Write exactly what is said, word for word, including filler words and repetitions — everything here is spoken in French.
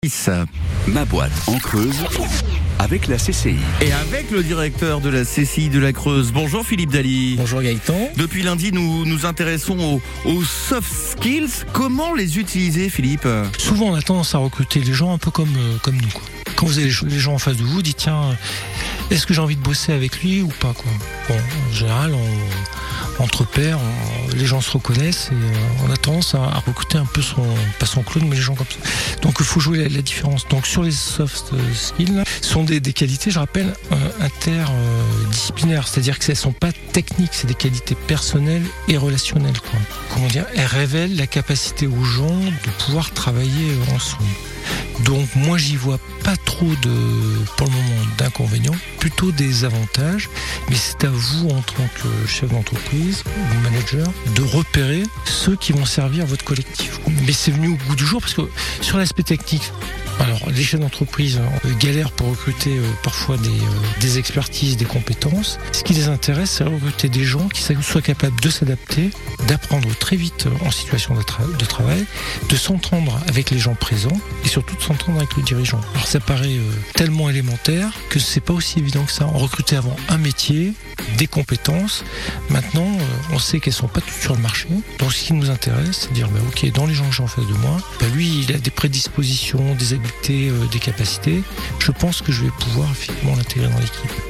Ça. Ma boîte en Creuse avec la C C I. Et avec le directeur de la C C I de la Creuse. Bonjour Philippe Daly. Bonjour Gaëtan. Depuis lundi, nous nous intéressons aux, aux soft skills. Comment les utiliser, Philippe ? Souvent, on a tendance à recruter les gens un peu comme, euh, comme nous, quoi. Quand vous avez les gens en face de vous, vous dites tiens, est-ce que j'ai envie de bosser avec lui ou pas, quoi. Bon, en général, on, entre pairs, on, les gens se reconnaissent et euh, on a tendance à, à recruter un peu son, pas son clone, mais les gens comme ça. Donc il faut jouer la, la différence. Donc sur les soft skills, ce sont des, des qualités, je rappelle, euh, interdisciplinaires, c'est-à-dire que ce ne sont pas techniques, c'est des qualités personnelles et relationnelles, quoi. Comment dire, elles révèlent la capacité aux gens de pouvoir travailler ensemble. Donc moi j'y vois pas trop de, pour le moment, d'inconvénients, plutôt des avantages, mais c'est à vous en tant que chef d'entreprise ou manager de repérer ceux qui vont servir votre collectif. Mais c'est venu au bout du jour parce que sur l'aspect technique, alors les chefs d'entreprise euh, galèrent pour recruter euh, parfois des, euh, des expertises, des compétences. Ce qui les intéresse, c'est recruter des gens qui soient capables de s'adapter, d'apprendre très vite en situation de, tra- de travail, de s'entendre avec les gens présents et surtout de s'entendre avec le dirigeant. Alors ça paraît euh, tellement élémentaire que c'est pas aussi évident que ça. On recrutait avant un métier, des compétences. Maintenant, euh, on sait qu'elles sont pas toutes sur le marché. Donc ce qui nous intéresse, c'est de dire bah, ok, dans les gens que j'ai en face de moi, bah, lui il a des prédispositions, des habiletés, euh, des capacités. Je pense que je vais pouvoir effectivement l'intégrer dans l'équipe.